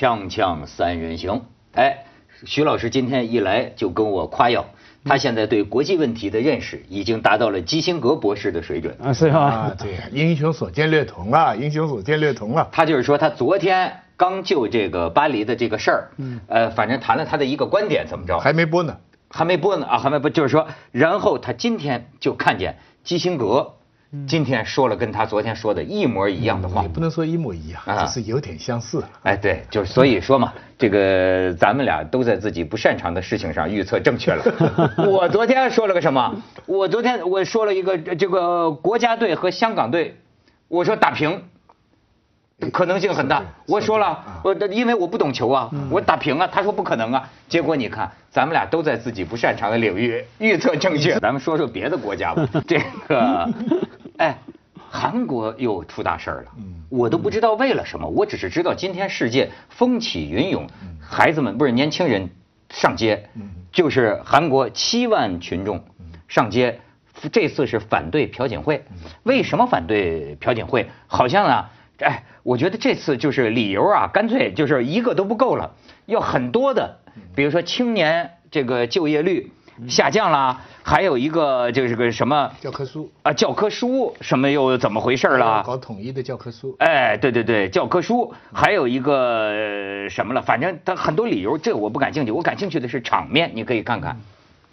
锵锵三人行。哎，徐老师今天一来就跟我夸耀，他现在对国际问题的认识已经达到了基辛格博士的水准啊，是啊， 对，英雄所见略同啊，英雄所见略同啊。 他就是说，他昨天刚就这个巴黎的这个事儿，反正谈了他的一个观点，怎么着？ 还没播呢， 还没播呢啊，还没播，就是说，然后他今天就看见基辛格。今天说了跟他昨天说的一模一样的话， 也不能说一模一样，只是有点相似。 哎，对，就是所以说嘛，这个咱们俩都在自己不擅长的事情上预测正确了。我昨天说了个什么？我昨天我说了一个这个国家队和香港队，我说打平。可能性很大，我说了，因为我不懂球啊，我打平啊，他说不可能啊，结果你看，咱们俩都在自己不擅长的领域预测正确。咱们说说别的国家吧，这个，哎，韩国又出大事了，我都不知道为了什么，我只是知道今天世界风起云涌，孩子们不是年轻人上街，就是韩国7万群众上街，这次是反对朴槿惠，为什么反对朴槿惠？好像啊。哎，我觉得这次就是理由啊，干脆就是一个都不够了，要很多的，比如说青年这个就业率下降啦，还有一个就是个什么教科书啊，教科书什么又怎么回事了？ 搞统一的教科书。 哎，对对对，教科书，还有一个什么了？反正他很多理由，这我不感兴趣，我感兴趣的是场面，你可以看看。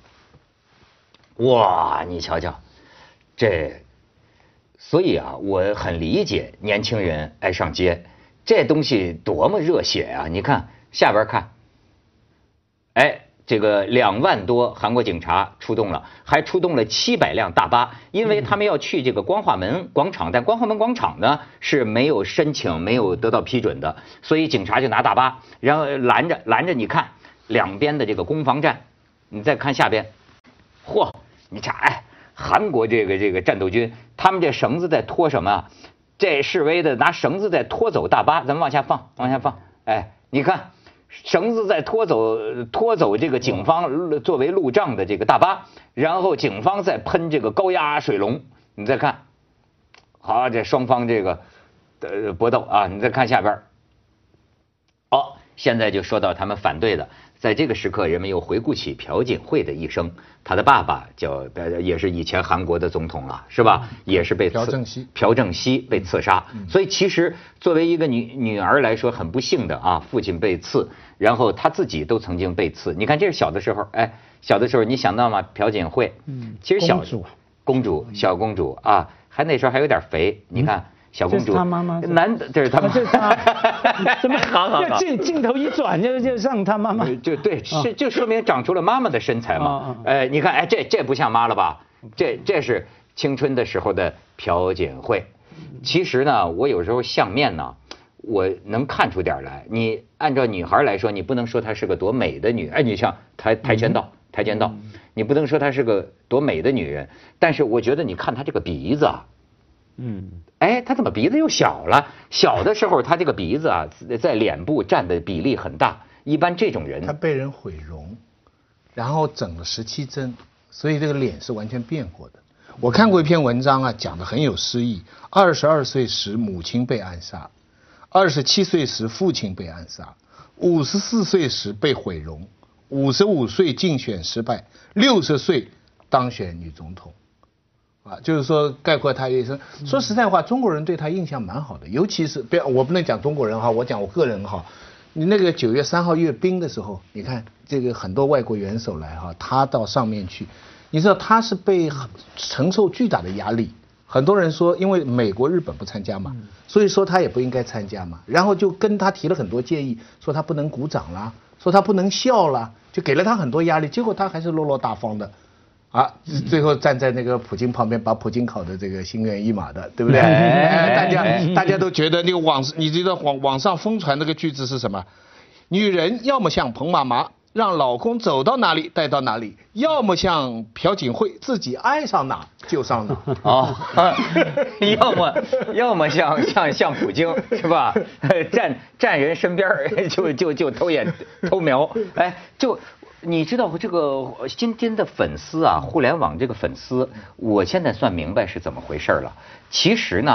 哇，你瞧瞧，这。所以啊，我很理解年轻人爱上街，这东西多么热血啊！你看下边看，哎，这个2万多韩国警察出动了，还出动了700辆大巴，因为他们要去这个光化门广场，但光化门广场呢是没有申请、没有得到批准的，所以警察就拿大巴，然后拦着，你看两边的这个攻防战，你再看下边，嚯，你瞧，哎。韩国这个战斗军，他们这绳子在拖什么啊？这示威的拿绳子在拖走大巴，咱们往下放，哎，你看，绳子在拖走这个警方作为路障的这个大巴，然后警方在喷这个高压水龙，你再看，好，这双方这个搏斗啊，你再看下边，哦，现在就说到他们反对的。在这个时刻，人们又回顾起朴槿惠的一生。他的爸爸也是以前韩国的总统了，是吧？也是被朴正熙被刺杀。所以其实作为一个女儿来说，很不幸的啊，父亲被刺，然后他自己都曾经被刺。你看这是小的时候，哎，小的时候你想到吗？朴槿惠，其实小公主啊，还那时候还有点肥，你看。小公主， 他妈妈， 男的这是他妈， 这是他，怎么好？镜头一转就上他妈妈， 就说明长出了妈妈的身材嘛。你看，哎，这不像妈了吧？这是青春的时候的朴槿惠。其实呢，我有时候相面呢，我能看出点来。你按照女孩来说，你不能说她是个多美的女，哎，你像跆拳道，你不能说她是个多美的女人，但是我觉得你看她这个鼻子啊。哎，他怎么鼻子又小了？小的时候，他这个鼻子啊，在脸部占的比例很大。一般这种人， 他被人毁容，然后整了17针，所以这个脸是完全变过的。我看过一篇文章啊，讲得很有诗意。22岁时母亲被暗杀，27岁时父亲被暗杀，54岁时被毁容，55岁竞选失败，60岁当选女总统。就是说概括他一生。说实在话，中国人对他印象蛮好的，尤其是我不能讲中国人哈，我讲我个人哈。你那个9月3号阅兵的时候，你看这个很多外国元首来哈，他到上面去，你知道他是被承受巨大的压力。很多人说，因为美国、日本不参加嘛，所以说他也不应该参加嘛。然后就跟他提了很多建议，说他不能鼓掌啦，说他不能笑啦，就给了他很多压力。结果他还是落落大方的。最后站在那个普京旁边，把普京考的这个心猿意马的，对不对？大家都觉得那个你知道网上疯传那个句子是什么？女人要么像彭妈妈，让老公走到哪里带到哪里，要么像朴槿惠，自己爱上哪就上哪。 要么像普京是吧？站人身边就偷瞄，哎就。你知道这个今天的粉丝啊，互联网这个粉丝，我现在算明白是怎么回事了。其实呢，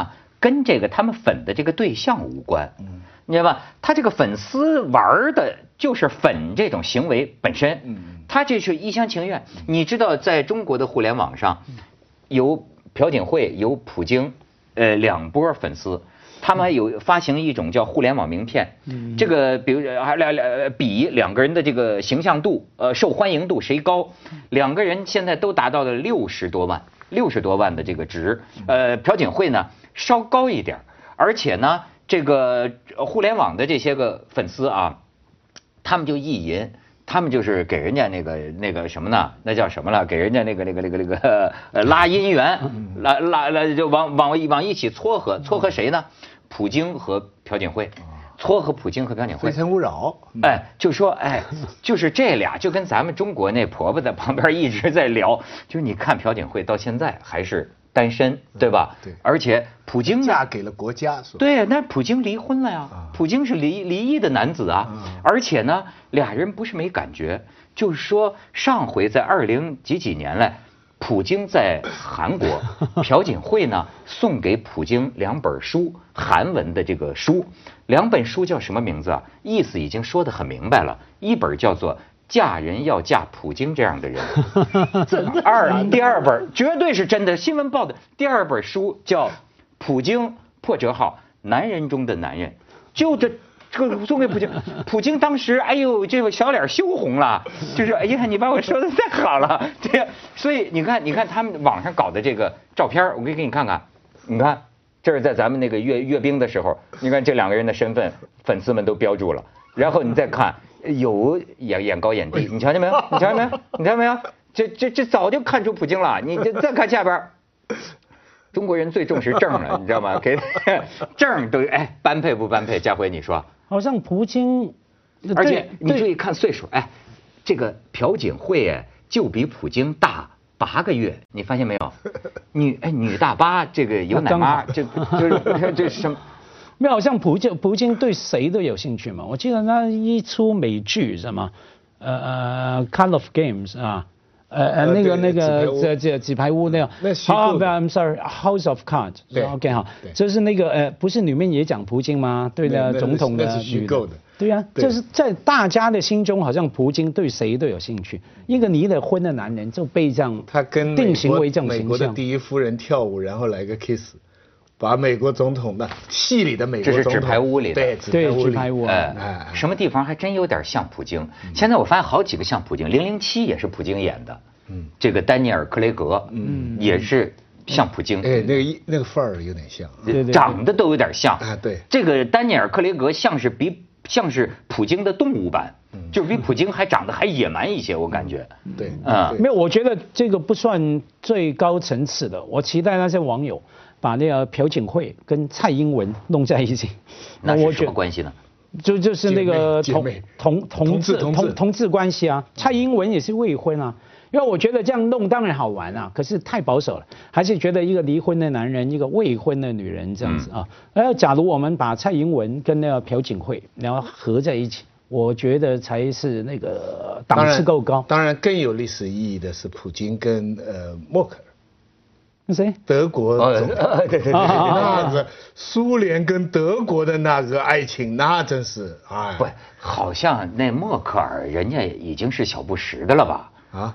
跟这个他们粉的这个对象无关，你知道吧？他这个粉丝玩的就是粉这种行为本身，他这是一厢情愿。你知道，在中国的互联网上，有朴槿惠，有普京，两波粉丝。他们还有发行一种叫互联网名片，这个比如还比两个人的这个形象度、受欢迎度谁高，两个人现在都达到了60多万的这个值，朴槿惠呢稍高一点，而且呢这个互联网的这些个粉丝啊，他们就意淫。他们就是给人家那个什么呢？那叫什么了？给人家那个拉姻缘，拉就往一起撮合谁呢？普京和朴槿惠，撮合普京和朴槿惠， 非诚勿扰。 就说就是这俩就跟咱们中国那婆婆在旁边一直在聊，就是你看朴槿惠到现在还是单身，对吧？ 对。 而且普京嫁给了国家。 对，那普京离婚了呀。普京是离异的男子啊。而且呢，俩人不是没感觉，就是说上回在20几年来，普京在韩国，朴槿惠呢送给普京2本书，韩文的这个书，2本书叫什么名字啊？意思已经说得很明白了，一本叫做。嫁人要嫁普京这样的人，第二本绝对是真的，新闻报的。第2本书叫《普京破折号男人中的男人》，就这个送给普京。普京当时哎呦，这个小脸羞红了，就是哎呀，你把我说的太好了，对呀。所以你看他们网上搞的这个照片，我可以给你看看，你看这是在咱们那个阅兵的时候，你看这2个人的身份，粉丝们都标注了，然后你再看。有眼高眼低，你瞧见没有？你瞧见没有？这早就看出普京了。你再看下边，中国人最重视证了，你知道吗？给证都般配不般配？佳辉你说？ 好像普京， 而且你注意看岁数，这个朴槿惠就比普京大8个月，你发现没有？女大8，这个有奶妈，这是什么？ 没有，好像普京对谁都有兴趣嘛。我记得他一出美剧什么，Call of Games 啊，这纸牌屋那个。I'm sorry, House of Cards。OK 好，就是那个不是里面也讲普京吗？对的，总统的女的。对啊，就是在大家的心中，好像普京对谁都有兴趣。一个离了婚的男人就被这样定型为这种形象。 美国的第一夫人跳舞，然后来个 kiss。把美国总统的戏里的美国总统， 这是纸牌屋里的， 对纸牌屋， 什么地方还真有点像普京。现在我发现好几个像普京，007也是普京演的，这个丹尼尔·克雷格，也是像普京， 那个范儿有点像， 长得都有点像对， 这个丹尼尔·克雷格像是普京的动物版，就是比普京还长得还野蛮一些，我感觉。 对， 没有，我觉得这个不算最高层次的，我期待那些网友。把那个朴槿惠跟蔡英文弄在一起， 那是什么关系呢？ 就是那个同志关系啊。蔡英文也是未婚啊，因为我觉得这样弄当然好玩啊，可是太保守了，还是觉得一个离婚的男人，一个未婚的女人这样子啊。假如我们把蔡英文跟那个朴槿惠然后合在一起，我觉得才是那个档次够高。 当然更有历史意义的是普京跟默克尔。 谁？ 德国总统，对，那个苏联跟德国的那个爱情，那真是不，好像那默克尔人家已经是小布什的了吧？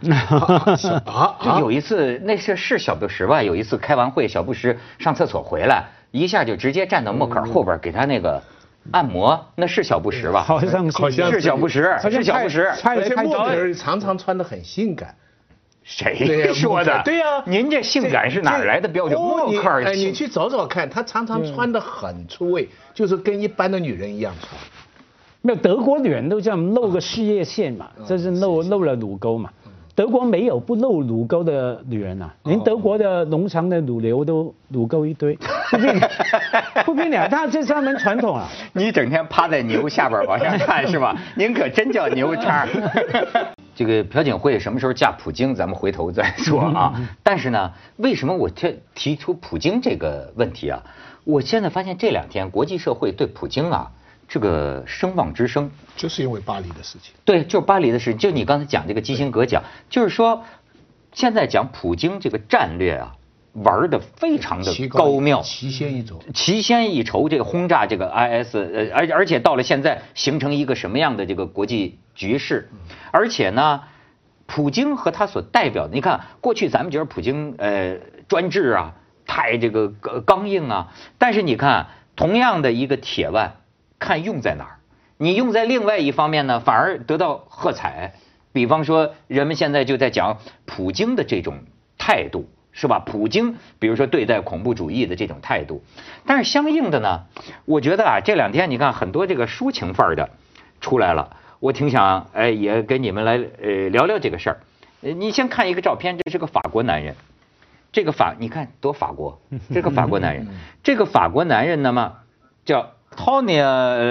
就有一次，那是小布什吧？有一次开完会，小布什上厕所回来，一下就直接站到默克尔后边给他那个按摩，那是小布什吧？ 好像是小布什，是小布什。 而且默克尔常常穿得很性感。 谁说的？ 对呀， 您这性感是哪来的标准？默克尔， 你去找找看，他常常穿得很出位，就是跟一般的女人一样穿。 没有，德国女人都这样露个事业线嘛，这是露了乳沟嘛。德国没有不露乳沟的女人啊，连德国的农场的乳牛都乳沟一堆，不比你，这是他们传统啊。 你整天趴在牛下边往下看是吧？您可真叫牛叉。这个朴槿惠什么时候嫁普京，咱们回头再说啊。但是呢，为什么我提出普京这个问题啊？我现在发现这2天国际社会对普京啊这个声望之声， 就是因为巴黎的事情。 对，就是巴黎的事情。就你刚才讲这个基辛格讲，就是说，现在讲普京这个战略啊， 玩的非常的高妙， 棋先一筹， 棋先一筹，这个轰炸这个 IS，而且到了现在形成一个什么样的这个国际局势，而且呢，普京和他所代表的，你看过去咱们觉得普京专制啊，太这个刚硬啊，但是你看同样的一个铁腕，看用在哪儿，你用在另外一方面呢，反而得到喝彩。比方说，人们现在就在讲普京的这种态度，是吧？普京，比如说对待恐怖主义的这种态度，但是相应的呢，我觉得啊，这2天你看很多这个抒情范儿的出来了，我挺想也跟你们来聊聊这个事儿。你先看一个照片，这是个法国男人，这个你看多法国，这个法国男人，这个法国男人呢嘛叫Tony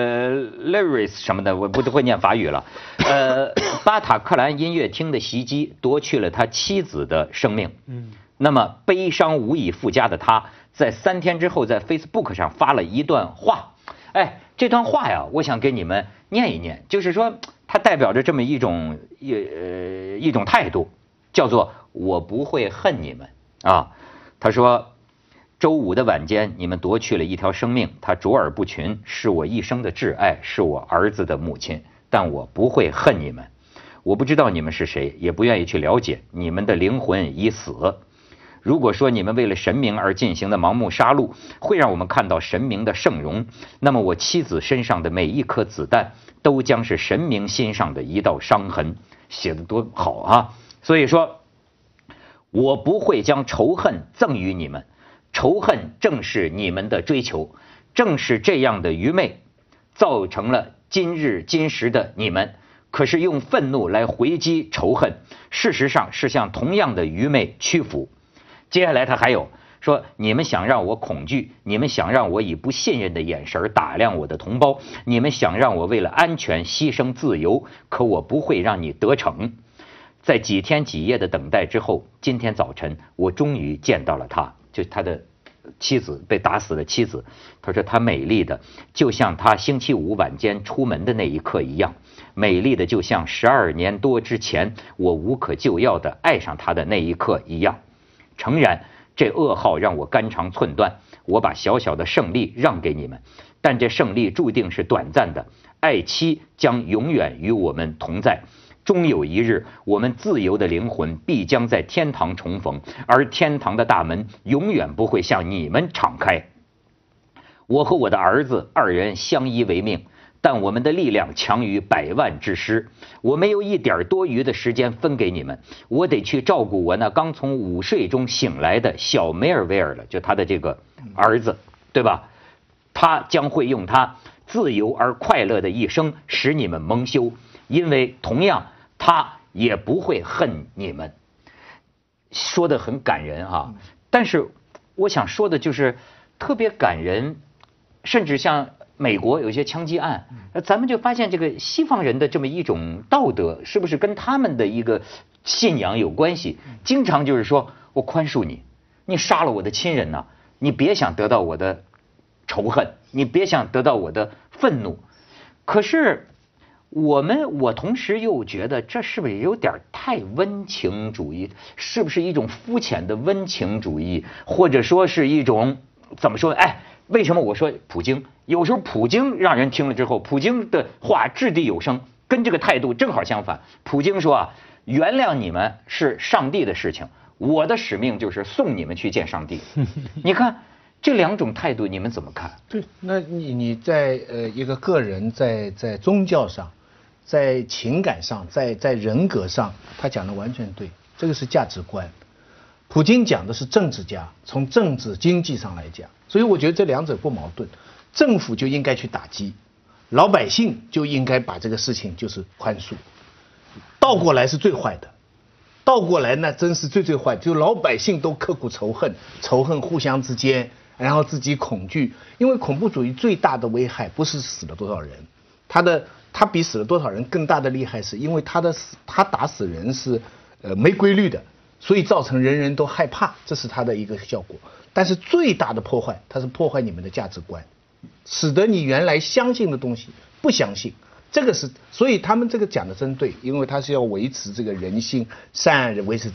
Lewis 什么的，我不会念法语了。巴塔克兰音乐厅的袭击夺去了他妻子的生命。那么悲伤无以复加的他，在3天之后在 Facebook 上发了一段话。这段话呀，我想给你们念一念，就是说它代表着这么一种态度，叫做我不会恨你们啊。他说，周5的晚间，你们夺去了一条生命，她卓尔不群，是我一生的挚爱，是我儿子的母亲，但我不会恨你们。我不知道你们是谁，也不愿意去了解，你们的灵魂已死。如果说你们为了神明而进行的盲目杀戮会让我们看到神明的圣容，那么我妻子身上的每一颗子弹都将是神明心上的一道伤痕。写得多好啊！所以说，我不会将仇恨赠予你们，仇恨正是你们的追求，正是这样的愚昧造成了今日今时的你们。可是用愤怒来回击仇恨，事实上是向同样的愚昧屈服。接下来他还有说，你们想让我恐惧，你们想让我以不信任的眼神打量我的同胞，你们想让我为了安全牺牲自由，可我不会让你得逞。在几天几夜的等待之后，今天早晨我终于见到了他，就是他的妻子，被打死的妻子。他说她美丽的就像他星期5晚间出门的那一刻一样，美丽的就像12年多之前我无可救药的爱上他的那一刻一样。诚然，这噩耗让我肝肠寸断，我把小小的胜利让给你们，但这胜利注定是短暂的，爱妻将永远与我们同在。终有一日，我们自由的灵魂必将在天堂重逢，而天堂的大门永远不会向你们敞开。我和我的儿子2人相依为命，但我们的力量强于100万之师，我没有一点多余的时间分给你们，我得去照顾我那刚从午睡中醒来的小梅尔维尔了，就他的这个儿子，对吧？他将会用他自由而快乐的一生使你们蒙羞，因为同样他也不会恨你们。说得很感人啊，但是我想说的就是特别感人，甚至像美国有些枪击案，咱们就发现这个西方人的这么一种道德，是不是跟他们的一个信仰有关系？经常就是说我宽恕你，你杀了我的亲人呢，你别想得到我的仇恨，你别想得到我的愤怒。可是我同时又觉得这是不是有点太温情主义？是不是一种肤浅的温情主义，或者说是一种怎么说？为什么我说普京？有时候普京让人听了之后，普京的话掷地有声，跟这个态度正好相反。普京说啊，原谅你们是上帝的事情，我的使命就是送你们去见上帝。你看这2种态度，你们怎么看？ 对，那你在一个个人在宗教上，在情感上，在人格上，他讲的完全对，这个是价值观。普京讲的是政治家，从政治经济上来讲，所以我觉得这2者不矛盾。政府就应该去打击，老百姓就应该把这个事情就是宽恕。倒过来是最坏的，倒过来那真是最坏，就老百姓都刻骨仇恨，仇恨互相之间，然后自己恐惧。因为恐怖主义最大的危害不是死了多少人，他比死了多少人更大的厉害，是因为他打死人是没规律的，所以造成人人都害怕，这是他的一个效果。但是最大的破坏，它是破坏你们的价值观，使得你原来相信的东西不相信。这个是，所以他们这个讲的真对，因为他是要维持这个人性善，维持这个。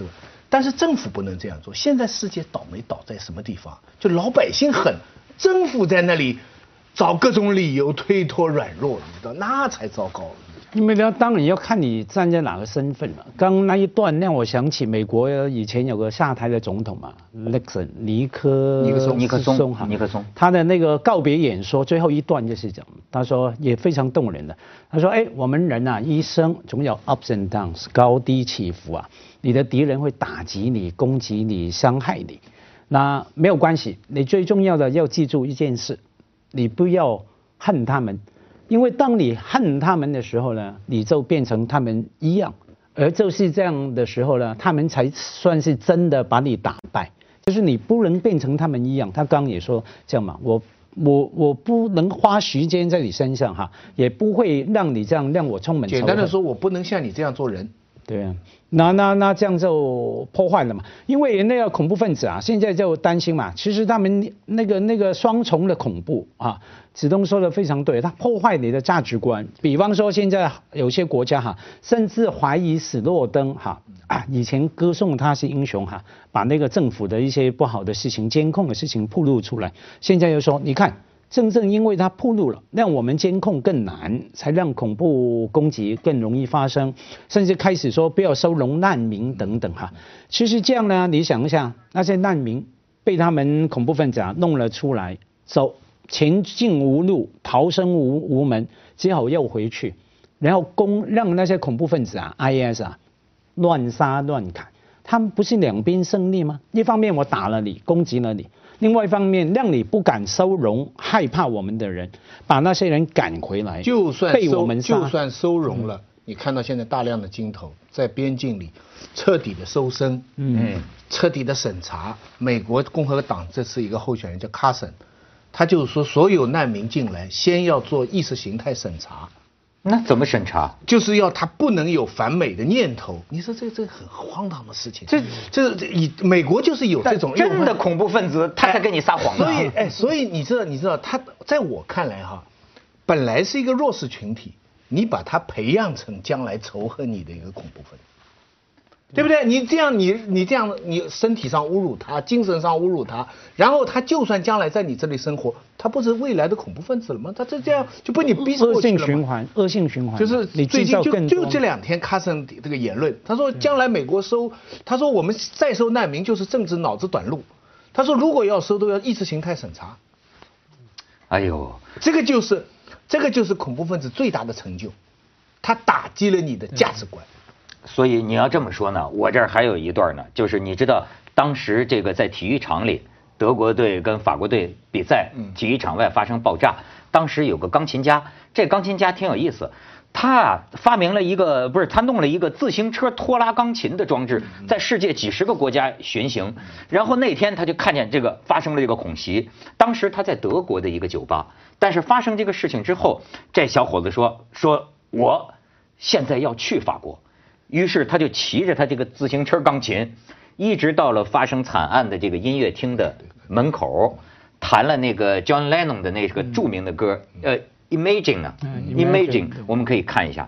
但是政府不能这样做。现在世界倒霉倒在什么地方？就老百姓狠，政府在那里找各种理由推脱软弱，你知道，那才糟糕。 因为当然要看你站在哪个身份了。刚刚那一段让我想起美国以前有个下台的总统嘛，尼克松，他的那个告别演说最后一段就是讲，他说也非常动人的。他说：“我们人啊，一生总有 ups and downs， 高低起伏啊。你的敌人会打击你、攻击你、伤害你，那没有关系。你最重要的要记住一件事，你不要恨他们。”因为当你恨他们的时候呢，你就变成他们一样，而就是这样的时候呢，他们才算是真的把你打败。就是你不能变成他们一样。他刚刚也说这样嘛，我不能花时间在你身上哈，也不会让你这样让我充满仇恨。 简单的说，我不能像你这样做人。 对啊，那这样就破坏了嘛。因为那个恐怖分子啊，现在就担心嘛。其实他们那个双重的恐怖啊，子东说的非常对，他破坏你的价值观。比方说现在有些国家哈，甚至怀疑史诺登哈以前歌颂他是英雄哈，把那个政府的一些不好的事情、监控的事情暴露出来。现在又说，你看。正因为它暴露了，让我们监控更难，才让恐怖攻击更容易发生，甚至开始说不要收容难民等等哈。其实这样呢，你想一下，那些难民被他们恐怖分子弄了出来，走前进无路，逃生无门，只好又回去，然后让那些恐怖分子IS 乱杀乱砍，他们不是两边胜利吗？一方面我打了你，攻击了你。另外一方面，让你不敢收容害怕我们的人，把那些人赶回来，被我们杀。 就算收容了，你看到现在大量的镜头在边境里彻底的搜身，彻底的审查。美国共和党这次一个候选人叫卡森，他就是说所有难民进来，先要做意识形态审查。 那怎么审查？ 就是要他不能有反美的念头。你说这很荒唐的事情。美国就是有这种真的恐怖分子，他才跟你撒谎。 所以你知道他在我看来本来是一个弱势群体，你把他培养成将来仇恨你的一个恐怖分子。对不对？你这样，你身体上侮辱他，精神上侮辱他，然后他就算将来在你这里生活，他不是未来的恐怖分子了吗？他这样就被你逼过去了吗？ 恶性循环。 就是最近就这2天，卡森这个言论，他说将来美国他说我们再收难民就是政治脑子短路，他说如果要收都要意识形态审查。 哎呦， 这个就是恐怖分子最大的成就，他打击了你的价值观。 所以你要这么说呢，我这儿还有一段呢，就是你知道当时这个在体育场里，德国队跟法国队比赛，体育场外发生爆炸，当时有个钢琴家，这钢琴家挺有意思，他发明了他弄了一个自行车拖拉钢琴的装置，在世界几十个国家巡行，然后那天他就看见这个发生了这个恐袭，当时他在德国的一个酒吧，但是发生这个事情之后，这小伙子说我现在要去法国。于是他就骑着他这个自行车钢琴，一直到了发生惨案的这个音乐厅的门口，弹了那个 John Lennon 的那个著名的歌，Imagine Imagine， 我们可以看一下。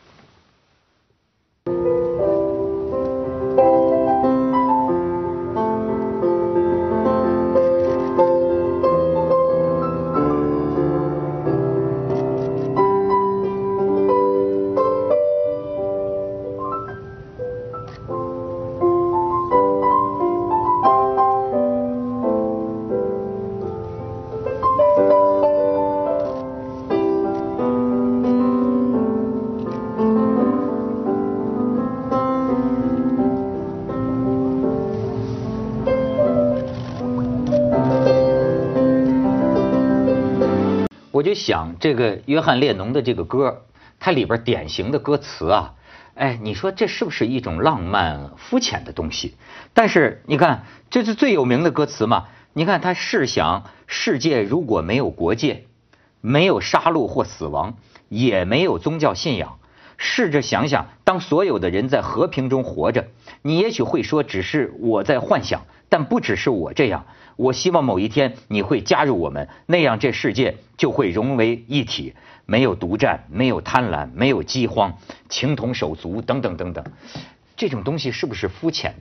我就想这个约翰列侬的这个歌，它里边典型的歌词你说这是不是一种浪漫肤浅的东西？但是你看，这是最有名的歌词嘛。你看他试想，世界如果没有国界，没有杀戮或死亡，也没有宗教信仰，试着想想，当所有的人在和平中活着，你也许会说只是我在幻想，但不只是我这样。我希望某一天你会加入我们，那样这世界就会融为一体，没有独占，没有贪婪，没有饥荒，情同手足等等等等。这种东西是不是肤浅的？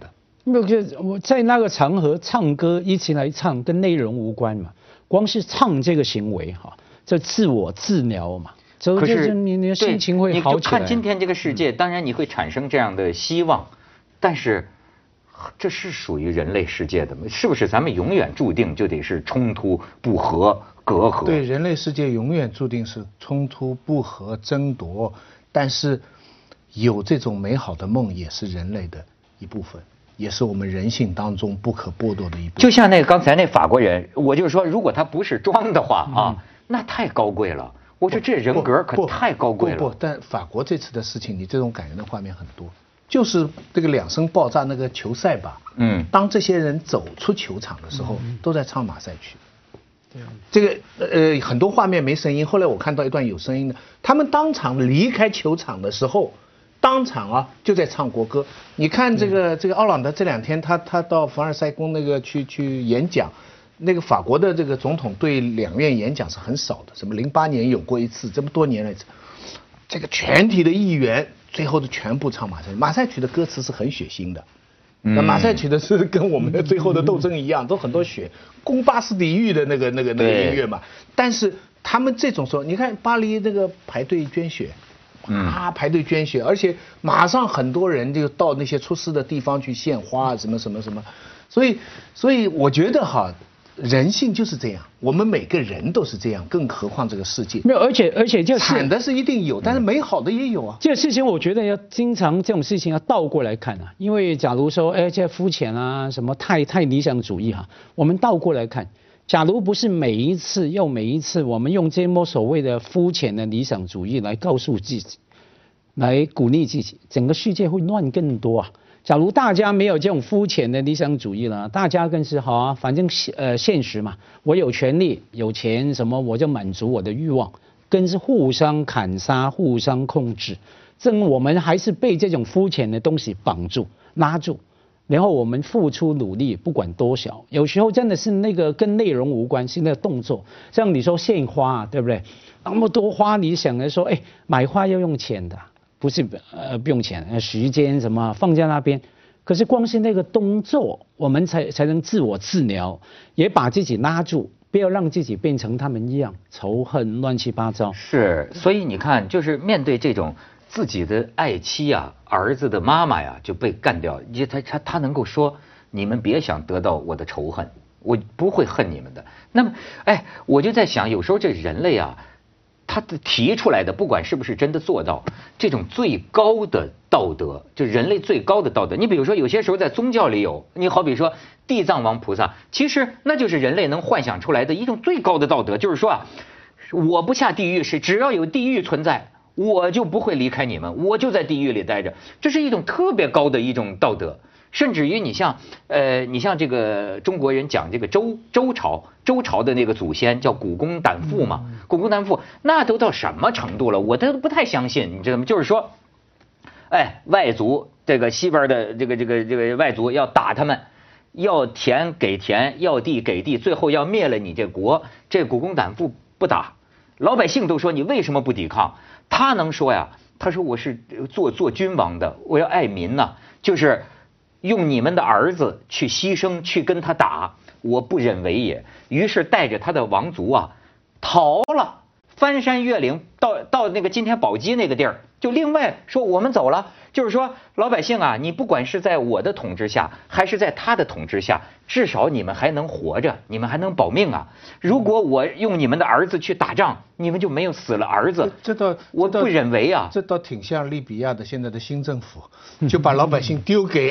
没有，就我在那个场合唱歌，一起来唱，跟内容无关嘛。光是唱这个行为哈，这自我治疗嘛。 可是你的心情会好起来。 你就看今天这个世界，当然你会产生这样的希望，但是这是属于人类世界的吗？是不是咱们永远注定就得是冲突、不和、隔阂？ 对，人类世界永远注定是冲突、不和、争夺，但是有这种美好的梦也是人类的一部分，也是我们人性当中不可剥夺的一部分。 就像那刚才那法国人，我就说，如果他不是装的话啊，那太高贵了。我说这人格可太高贵了。 不，但法国这次的事情，你这种感人的画面很多，就是这个2声爆炸那个球赛吧。当这些人走出球场的时候，都在唱马赛曲。这个很多画面没声音，后来我看到一段有声音的，他们当场离开球场的时候，当场就在唱国歌。你看这个奥朗德这2天他到凡尔赛宫那个去演讲。那个法国的这个总统对两院演讲是很少的，什么08年有过一次，这么多年来，这个全体的议员最后都全部唱马赛曲。马赛曲的歌词是很血腥的，那马赛曲的是跟我们的最后的斗争一样，都很多血，攻巴士底狱的那个音乐嘛。但是他们这种时候，你看巴黎那个排队捐血，排队捐血，而且马上很多人就到那些出事的地方去献花，什么，所以我觉得哈。人性就是这样，我们每个人都是这样，更何况这个世界。 没有，而且就是惨的是一定有，但是美好的也有啊。 这个事情我觉得要经常这种事情要倒过来看啊，因为假如说这肤浅啊，什么太理想主义哈，我们倒过来看，假如不是每一次我们用这么所谓的肤浅的理想主义来告诉自己，来鼓励自己，整个世界会乱更多啊。假如大家没有这种肤浅的理想主义了，大家更是好啊，反正现实嘛，我有权利有钱什么我就满足我的欲望，更是互相砍杀、互相控制。我们还是被这种肤浅的东西绑住、拉住，然后我们付出努力，不管多少，有时候真的是那个跟内容无关，是那个动作。像你说献花，对不对？那么多花，你想着说，买花要用钱的。不是不用钱，时间什么放在那边，可是光是那个动作，我们才能自我治疗，也把自己拉住，不要让自己变成他们一样仇恨乱七八糟。 是，所以你看，就是面对这种自己的爱妻啊、儿子的妈妈呀就被干掉，他能够说你们别想得到我的仇恨，我不会恨你们的。那么，我就在想，有时候这人类啊。他提出来的，不管是不是真的做到这种最高的道德，就人类最高的道德。你比如说，有些时候在宗教里有，你好比说地藏王菩萨，其实那就是人类能幻想出来的一种最高的道德，就是说啊，我不下地狱是只要有地狱存在，我就不会离开你们，我就在地狱里待着，这是一种特别高的一种道德。甚至于你像这个中国人讲这个周朝的那个祖先叫古公胆父嘛，古公胆父那都到什么程度了？我都不太相信，你知道吗？就是说，外族这个西边的这个外族要打他们，要田给田，要地给地，最后要灭了你这国。这古公胆父不打，老百姓都说你为什么不抵抗？他能说呀？他说我是做君王的，我要爱民呐，就是。用你们的儿子去牺牲，去跟他打，我不忍为也。于是带着他的王族啊，逃了，翻山越岭，到那个今天宝鸡那个地儿，就另外说我们走了。就是说，老百姓啊，你不管是在我的统治下，还是在他的统治下，至少你们还能活着，你们还能保命啊。如果我用你们的儿子去打仗，你们就没有死了儿子。我不忍为啊。 这倒挺像利比亚的现在的新政府，就把老百姓丢给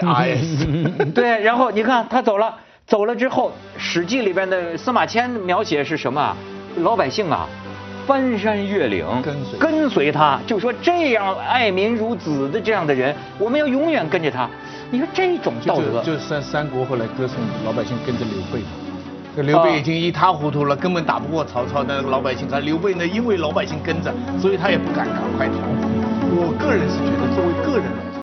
IS。 对，然后你看他走了之后，《史记》里边的司马迁描写是什么？老百姓啊。翻山越岭跟随他，就说这样爱民如子的这样的人，我们要永远跟着他。你说这种道德， 就是三国后来歌颂老百姓跟着刘备嘛。这刘备已经一塌糊涂了，根本打不过曹操，但是老百姓看刘备呢，因为老百姓跟着，所以他也不敢赶快逃。我个人是觉得，作为个人来说。